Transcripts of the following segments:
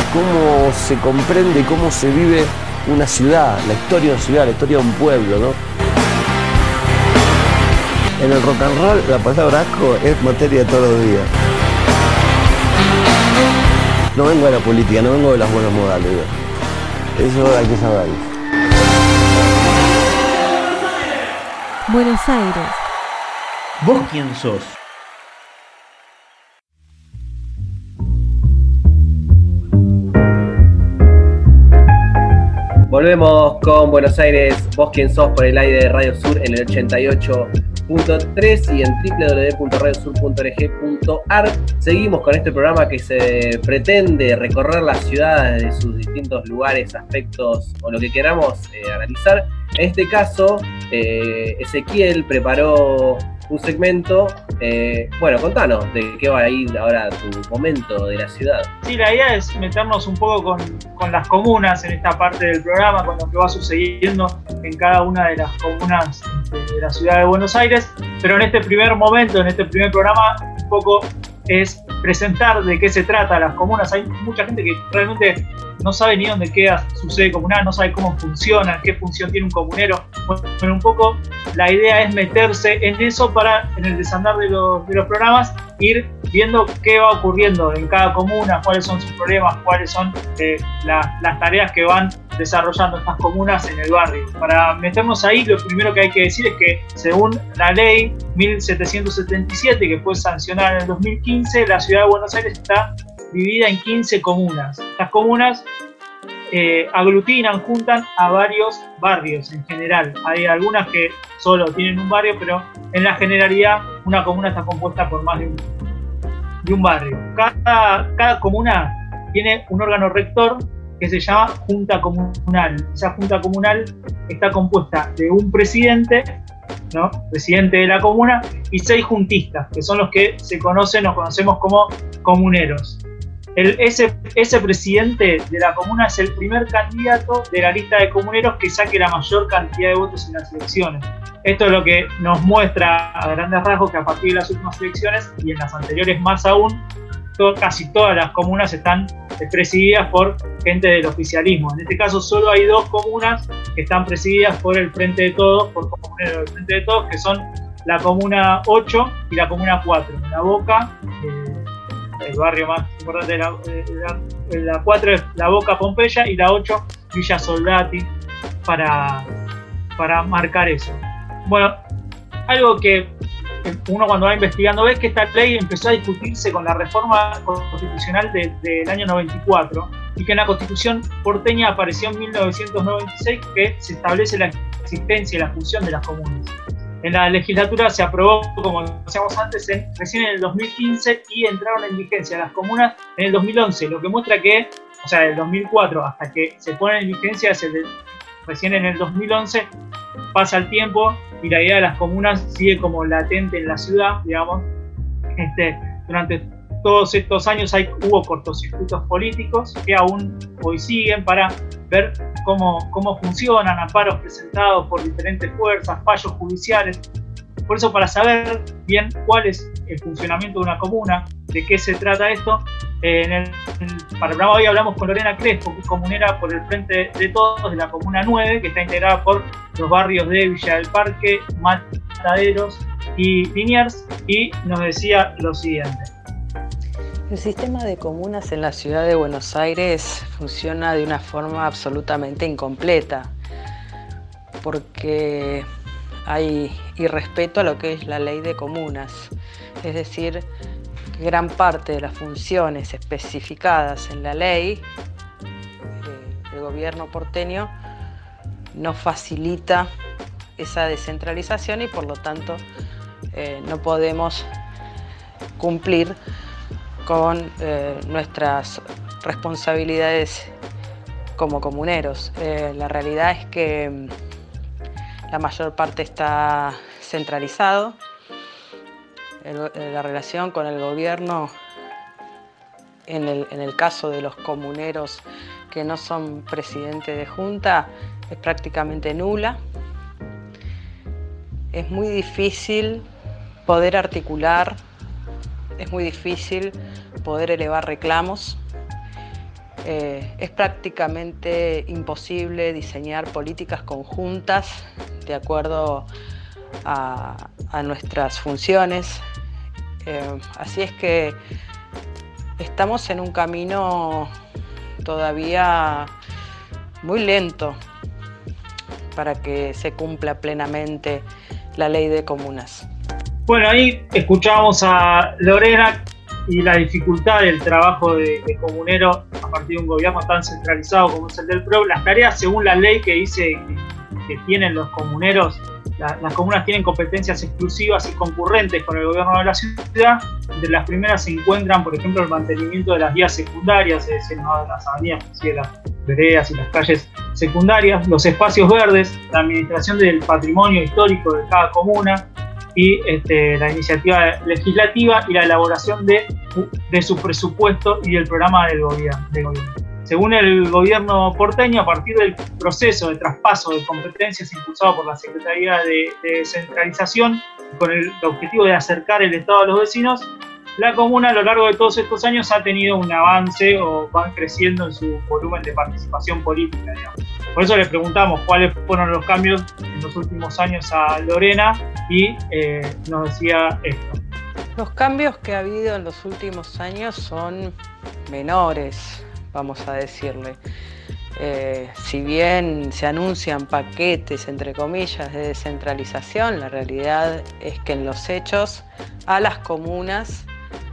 cómo se comprende, cómo se vive una ciudad, la historia de una ciudad, la historia de un pueblo, ¿no? En el rock and roll la palabra asco es materia de todos los días. No vengo de la política, no vengo de las buenas modales, ¿no? Eso hay que saberlo. Buenos Aires. ¿Vos quién sos? Volvemos con Buenos Aires, vos quién sos, por el aire de Radio Sur en el 88.3 y en www.radiosur.org.ar. Seguimos con este programa que se pretende recorrer la ciudad desde sus distintos lugares, aspectos o lo que queramos analizar. En este caso, Ezequiel preparó un segmento. Bueno, contanos de qué va a ir ahora tu momento de la ciudad. Sí, la idea es meternos un poco con las comunas en esta parte del programa, con lo que va sucediendo en cada una de las comunas de la ciudad de Buenos Aires. Pero en este primer momento, en este primer programa, un poco es presentar de qué se trata las comunas. Hay mucha gente que realmente no sabe ni dónde queda su sede comunal, no sabe cómo funciona, qué función tiene un comunero. Bueno, un poco la idea es meterse en eso para, en el desandar de los programas, ir viendo qué va ocurriendo en cada comuna, cuáles son sus problemas, cuáles son las tareas que van desarrollando estas comunas en el barrio. Para meternos ahí, lo primero que hay que decir es que según la ley 1777, que fue sancionada en el 2015, la ciudad de Buenos Aires está dividida en 15 comunas. Estas comunas aglutinan, juntan a varios barrios en general. Hay algunas que solo tienen un barrio, pero en la generalidad una comuna está compuesta por más de un barrio. Cada comuna tiene un órgano rector que se llama Junta Comunal. Esa Junta Comunal está compuesta de un presidente, ¿no? Presidente de la comuna, y 6 juntistas, que son los que nos conocemos como comuneros. Ese presidente de la comuna es el primer candidato de la lista de comuneros que saque la mayor cantidad de votos en las elecciones. Esto es lo que nos muestra a grandes rasgos que a partir de las últimas elecciones y en las anteriores más aún, casi todas las comunas están presididas por gente del oficialismo. En este caso solo hay 2 comunas que están presididas por el Frente de Todos, por comuneros del Frente de Todos, que son la comuna 8 y la comuna 4. La Boca, el barrio más importante de la 4 es La Boca, Pompeya, y la 8 Villa Soldati, para marcar eso. Bueno, algo que uno cuando va investigando ve que esta ley empezó a discutirse con la reforma constitucional del año 94 y que en la Constitución porteña apareció en 1996 que se establece la existencia y la función de las comunas. En la legislatura se aprobó, como decíamos antes, recién en el 2015 y entraron en vigencia las comunas en el 2011, lo que muestra que, o sea, del 2004 hasta que se ponen en vigencia recién en el 2011, pasa el tiempo y la idea de las comunas sigue como latente en la ciudad, digamos. Durante todos estos años hubo cortocircuitos políticos que aún hoy siguen para ver cómo funcionan, amparos presentados por diferentes fuerzas, fallos judiciales. Por eso, para saber bien cuál es el funcionamiento de una comuna, de qué se trata esto, para el programa hoy hablamos con Lorena Crespo, que es comunera por el Frente de Todos de la Comuna 9, que está integrada por los barrios de Villa del Parque, Mataderos y Liniers, y nos decía lo siguiente. El sistema de comunas en la ciudad de Buenos Aires funciona de una forma absolutamente incompleta, porque hay irrespeto a lo que es la ley de comunas. Es decir, gran parte de las funciones especificadas en la ley del gobierno porteño no facilita esa descentralización y por lo tanto no podemos cumplir con nuestras responsabilidades como comuneros. La realidad es que la mayor parte está centralizado. La relación con el gobierno, en el caso de los comuneros que no son presidente de junta, es prácticamente nula. Es muy difícil poder articular, es muy difícil poder elevar reclamos es prácticamente imposible diseñar políticas conjuntas de acuerdo a nuestras funciones. Así es que estamos en un camino todavía muy lento para que se cumpla plenamente la ley de comunas. Bueno, ahí escuchábamos a Lorena y la dificultad del trabajo de comunero a partir de un gobierno tan centralizado como es el del PRO. Las tareas según la ley que dice que tienen los comuneros, las comunas tienen competencias exclusivas y concurrentes con el gobierno de la ciudad. Entre las primeras se encuentran, por ejemplo, el mantenimiento de las vías secundarias, es decir, no de las avenidas, sino de las veredas y las calles secundarias, los espacios verdes, la administración del patrimonio histórico de cada comuna y la iniciativa legislativa y la elaboración de su presupuesto y del programa del gobierno. Según el gobierno porteño, a partir del proceso de traspaso de competencias impulsado por la Secretaría de Descentralización, con el objetivo de acercar el Estado a los vecinos, la comuna a lo largo de todos estos años ha tenido un avance o van creciendo en su volumen de participación política, digamos. Por eso le preguntamos cuáles fueron los cambios en los últimos años a Lorena y nos decía esto. Los cambios que ha habido en los últimos años son menores, vamos a decirle. Si bien se anuncian paquetes, entre comillas, de descentralización, la realidad es que en los hechos a las comunas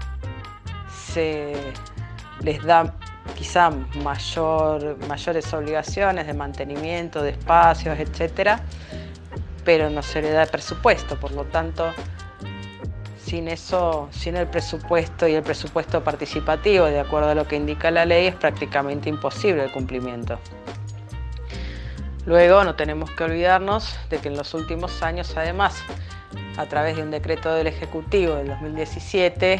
se les da quizá mayores obligaciones de mantenimiento de espacios, etcétera, pero no se le da presupuesto. Por lo tanto, sin el presupuesto y el presupuesto participativo, de acuerdo a lo que indica la ley, es prácticamente imposible el cumplimiento. Luego, no tenemos que olvidarnos de que en los últimos años, además, a través de un decreto del Ejecutivo del 2017,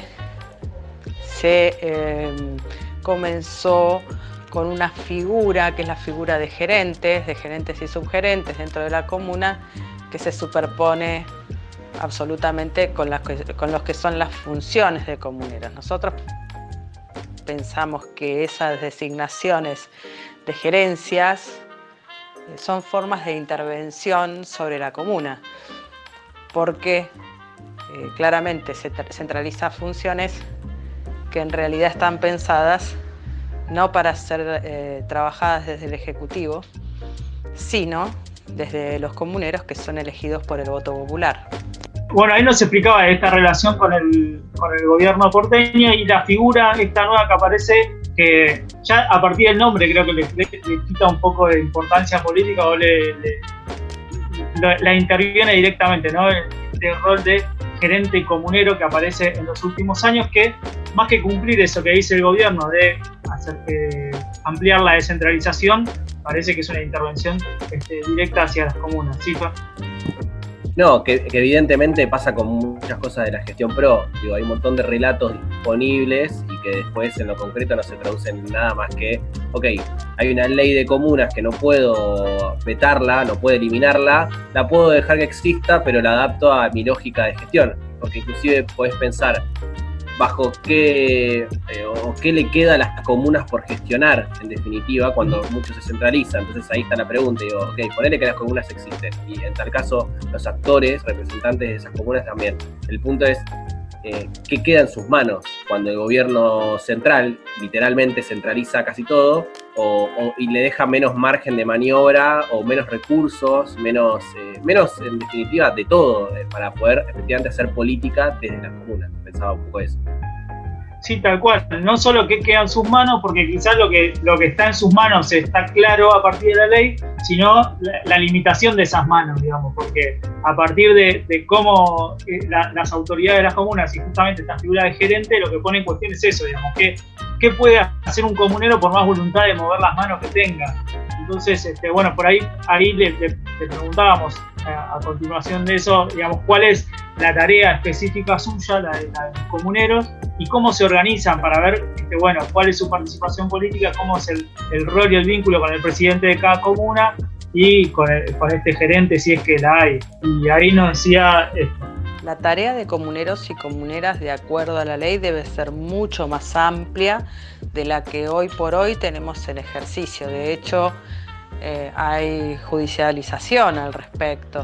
se comenzó con una figura, que es la figura de gerentes y subgerentes dentro de la comuna, que se superpone absolutamente con los que son las funciones de comuneros. Nosotros pensamos que esas designaciones de gerencias son formas de intervención sobre la comuna, porque claramente se centraliza funciones que en realidad están pensadas no para ser trabajadas desde el Ejecutivo, sino desde los comuneros que son elegidos por el voto popular. Bueno, ahí nos explicaba esta relación con el gobierno porteño y la figura esta nueva que aparece, que ya a partir del nombre creo que le quita un poco de importancia política o la interviene directamente, ¿no? Este rol de gerente comunero que aparece en los últimos años, que más que cumplir eso que dice el gobierno de ampliar la descentralización, parece que es una intervención directa hacia las comunas. ¿Sí, Fa? No, que evidentemente pasa con muchas cosas de la gestión PRO. Digo, hay un montón de relatos disponibles y que después en lo concreto no se traducen en nada más que, ok, hay una ley de comunas que no puedo vetarla, no puedo eliminarla, la puedo dejar que exista, pero la adapto a mi lógica de gestión. Porque inclusive podés pensar bajo qué le queda a las comunas por gestionar, en definitiva, cuando mucho se centraliza. Entonces ahí está la pregunta, digo, ok, ponele que las comunas existen, y en tal caso los actores, representantes de esas comunas también. El punto es, ¿qué queda en sus manos cuando el gobierno central literalmente centraliza casi todo y le deja menos margen de maniobra o menos recursos, menos en definitiva de todo para poder efectivamente hacer política desde las comunas? Pensaba un poco eso. Sí, tal cual. No solo qué queda en sus manos, porque quizás lo que está en sus manos está claro a partir de la ley, sino la limitación de esas manos, digamos, porque a partir de cómo las autoridades de las comunas y justamente esta figura de gerente, lo que pone en cuestión es eso, digamos, ¿qué puede hacer un comunero por más voluntad de mover las manos que tenga? Entonces, bueno, por ahí le preguntábamos a continuación de eso, digamos, cuál es la tarea específica suya, la de los comuneros, y cómo se organizan para ver, bueno, cuál es su participación política, cómo es el rol y el vínculo con el presidente de cada comuna y con este gerente, si es que la hay. Y ahí nos decía esto. La tarea de comuneros y comuneras, de acuerdo a la ley, debe ser mucho más amplia de la que hoy por hoy tenemos en ejercicio. De hecho, hay judicialización al respecto.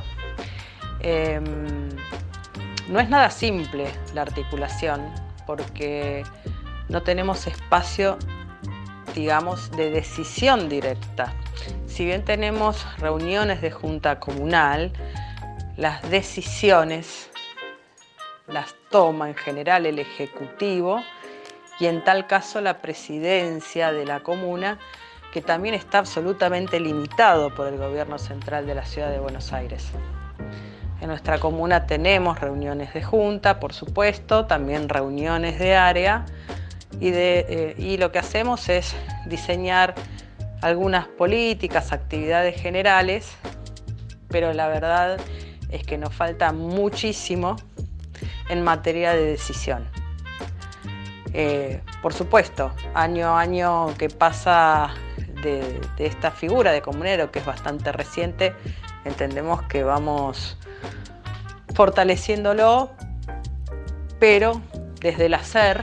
No es nada simple la articulación, porque no tenemos espacio, digamos, de decisión directa. Si bien tenemos reuniones de junta comunal, las decisiones las toma en general el Ejecutivo y en tal caso la presidencia de la comuna, que también está absolutamente limitado por el gobierno central de la ciudad de Buenos Aires. En nuestra comuna tenemos reuniones de junta, por supuesto, también reuniones de área y lo que hacemos es diseñar algunas políticas, actividades generales, pero la verdad es que nos falta muchísimo en materia de decisión. Por supuesto, año a año que pasa de esta figura de comunero, que es bastante reciente, entendemos que vamos fortaleciéndolo, pero desde el hacer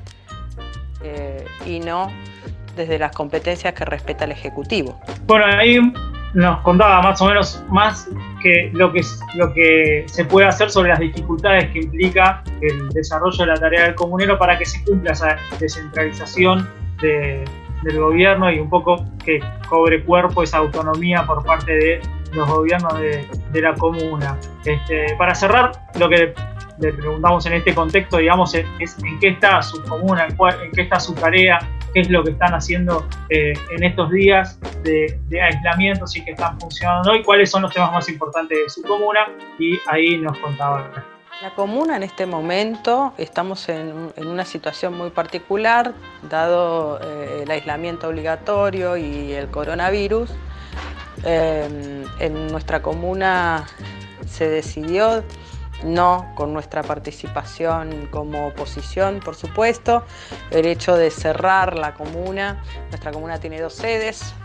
y no desde las competencias que respeta el Ejecutivo. Bueno, ahí nos contaba más o menos más que lo que se puede hacer sobre las dificultades que implica el desarrollo de la tarea del comunero para que se cumpla esa descentralización del gobierno y un poco que cobre cuerpo esa autonomía por parte de los gobiernos de la comuna. Para cerrar, lo que le preguntamos en este contexto, digamos, es en qué está su comuna, en qué está su tarea, qué es lo que están haciendo en estos días de aislamiento, si que están funcionando hoy, cuáles son los temas más importantes de su comuna, y ahí nos contaba. La comuna en este momento estamos en una situación muy particular, dado el aislamiento obligatorio y el coronavirus. En nuestra comuna se decidió, no con nuestra participación como oposición, por supuesto, el hecho de cerrar la comuna. Nuestra comuna tiene 2 sedes,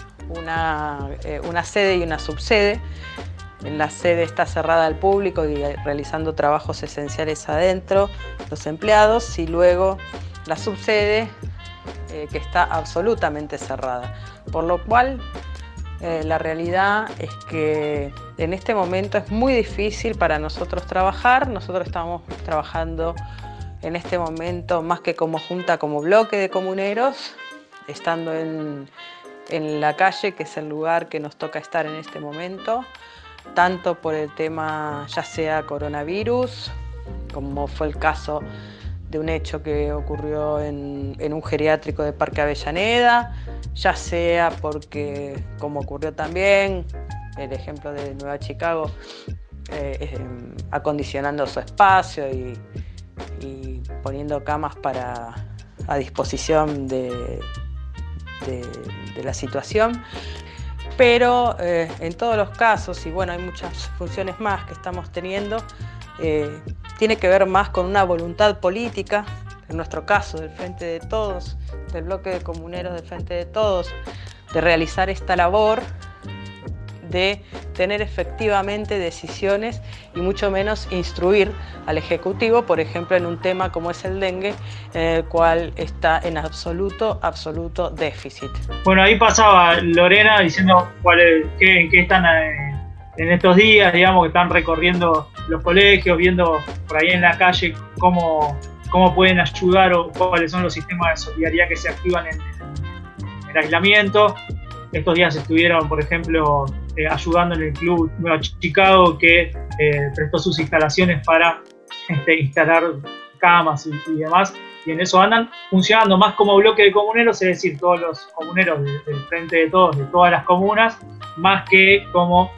una sede y una subsede. En la sede está cerrada al público y realizando trabajos esenciales adentro los empleados, y luego la subsede que está absolutamente cerrada. Por lo cual la realidad es que en este momento es muy difícil para nosotros trabajar. Nosotros estamos trabajando en este momento más que como junta, como bloque de comuneros, estando en la calle, que es el lugar que nos toca estar en este momento, tanto por el tema ya sea coronavirus, como fue el caso de un hecho que ocurrió en un geriátrico de Parque Avellaneda, ya sea porque, como ocurrió también, el ejemplo de Nueva Chicago, acondicionando su espacio y poniendo camas a disposición de la situación. Pero en todos los casos, y bueno, hay muchas funciones más que estamos teniendo, tiene que ver más con una voluntad política, en nuestro caso del Frente de Todos, del bloque de comuneros del Frente de Todos, de realizar esta labor, de tener efectivamente decisiones y mucho menos instruir al Ejecutivo, por ejemplo, en un tema como es el dengue, en el cual está en absoluto déficit. Bueno, ahí pasaba Lorena diciendo en qué están en estos días, digamos, que están recorriendo los colegios, viendo por ahí en la calle cómo pueden ayudar o cuáles son los sistemas de solidaridad que se activan en el aislamiento. Estos días estuvieron, por ejemplo, ayudando en el Club Nueva Chicago, que prestó sus instalaciones para instalar camas y demás, y en eso andan funcionando más como bloque de comuneros, es decir, todos los comuneros del Frente de Todos, de todas las comunas, más que como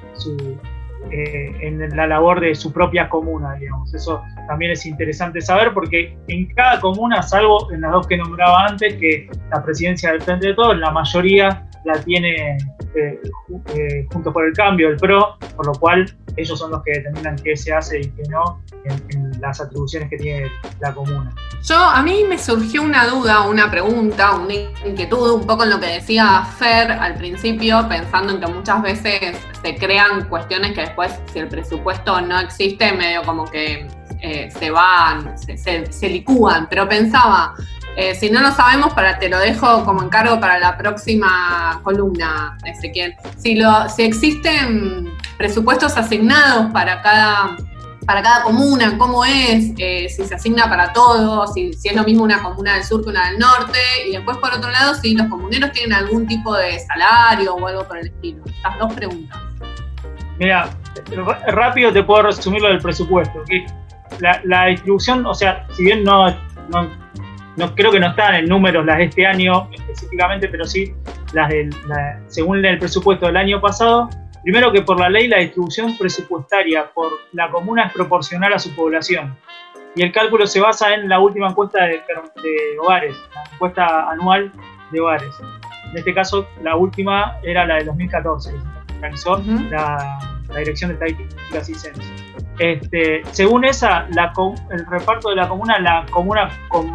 en la labor de su propia comuna, digamos. Eso también es interesante saber, porque en cada comuna, salvo en las 2 que nombraba antes, que la presidencia del Frente de Todos, la mayoría la tiene Juntos por el Cambio, el PRO, por lo cual ellos son los que determinan qué se hace y qué no en las atribuciones que tiene la comuna. A mí me surgió una duda, una pregunta, una inquietud, un poco en lo que decía Fer al principio, pensando en que muchas veces se crean cuestiones que después, si el presupuesto no existe, medio como que se licúan, pero pensaba, si no lo sabemos, te lo dejo como encargo para la próxima columna, Ezequiel. Si existen presupuestos asignados para cada comuna, cómo es, si se asigna para todos, si es lo mismo una comuna del sur que una del norte, y después por otro lado, si los comuneros tienen algún tipo de salario o algo por el estilo. Estas dos preguntas. Mira, rápido te puedo resumir lo del presupuesto. Que la distribución, o sea, si bien no creo que no están en números las de este año específicamente, pero sí según el presupuesto del año pasado. Primero que por la ley la distribución presupuestaria por la comuna es proporcional a su población. Y el cálculo se basa en la última encuesta de hogares, la encuesta anual de hogares. En este caso, la última era la de 2014, que organizó la Dirección de Estadísticas y Censos. Según esa, el reparto de la comuna con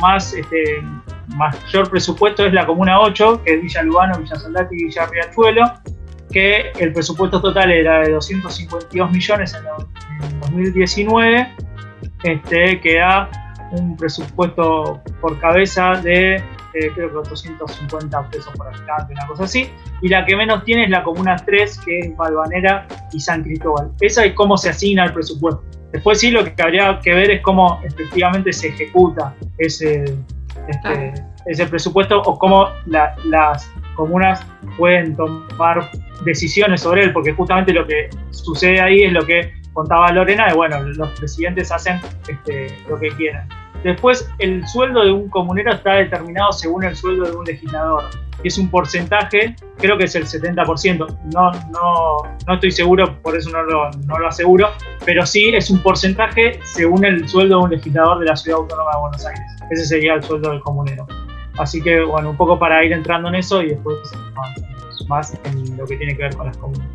mayor presupuesto es la comuna 8, que es Villa Lugano, Villa Soldati y Villa Riachuelo, que el presupuesto total era de 252 millones en 2019, que da un presupuesto por cabeza de creo que 850 pesos por habitante, una cosa así, y la que menos tiene es la comuna 3, que es Valvanera y San Cristóbal. Esa es cómo se asigna el presupuesto. Después sí, lo que habría que ver es cómo efectivamente se ejecuta ese presupuesto, o cómo las comunas pueden tomar decisiones sobre él, porque justamente lo que sucede ahí es lo que contaba Lorena, de bueno, los presidentes hacen lo que quieran. Después, el sueldo de un comunero está determinado según el sueldo de un legislador, que es un porcentaje, creo que es el 70%, no estoy seguro, por eso no lo aseguro, pero sí es un porcentaje según el sueldo de un legislador de la Ciudad Autónoma de Buenos Aires. Ese sería el sueldo del comunero. Así que, bueno, un poco para ir entrando en eso y después más en lo que tiene que ver con las comunas.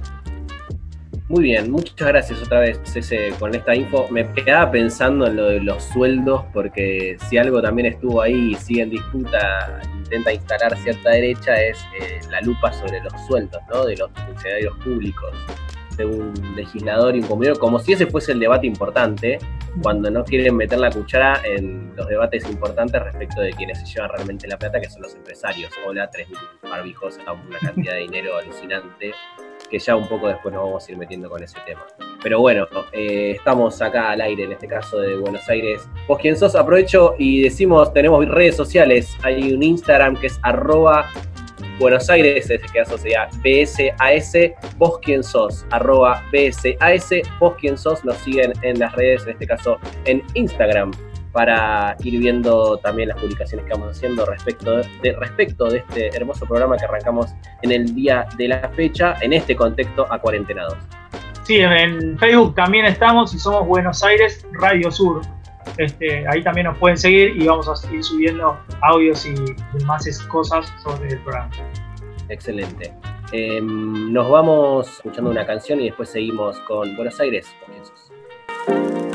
Muy bien, muchas gracias otra vez, Cece, con esta info. Me quedaba pensando en lo de los sueldos, porque si algo también estuvo ahí y sigue en disputa, intenta instalar cierta derecha, es la lupa sobre los sueldos, ¿no?, de los funcionarios públicos, de un legislador y un comunero, como si ese fuese el debate importante, cuando no quieren meter la cuchara en los debates importantes respecto de quienes se llevan realmente la plata, que son los empresarios. Hola, 3.000 barbijos, una cantidad de dinero alucinante, que ya un poco después nos vamos a ir metiendo con ese tema. Pero bueno, estamos acá al aire, en este caso de Buenos Aires. Vos quién sos, aprovecho y decimos, tenemos redes sociales, hay un Instagram que es @Buenos Aires, ese caso sería BSAS, vos quién sos, @BSAS, vos quién sos, nos siguen en las redes, en este caso en Instagram, para ir viendo también las publicaciones que vamos haciendo respecto de este hermoso programa que arrancamos en el día de la fecha, en este contexto a cuarentenados. Sí, en Facebook también estamos y somos Buenos Aires Radio Sur. Ahí también nos pueden seguir y vamos a ir subiendo audios y demás cosas sobre el programa. Excelente. Nos vamos escuchando una canción y después seguimos con Buenos Aires. ¿Quién sos?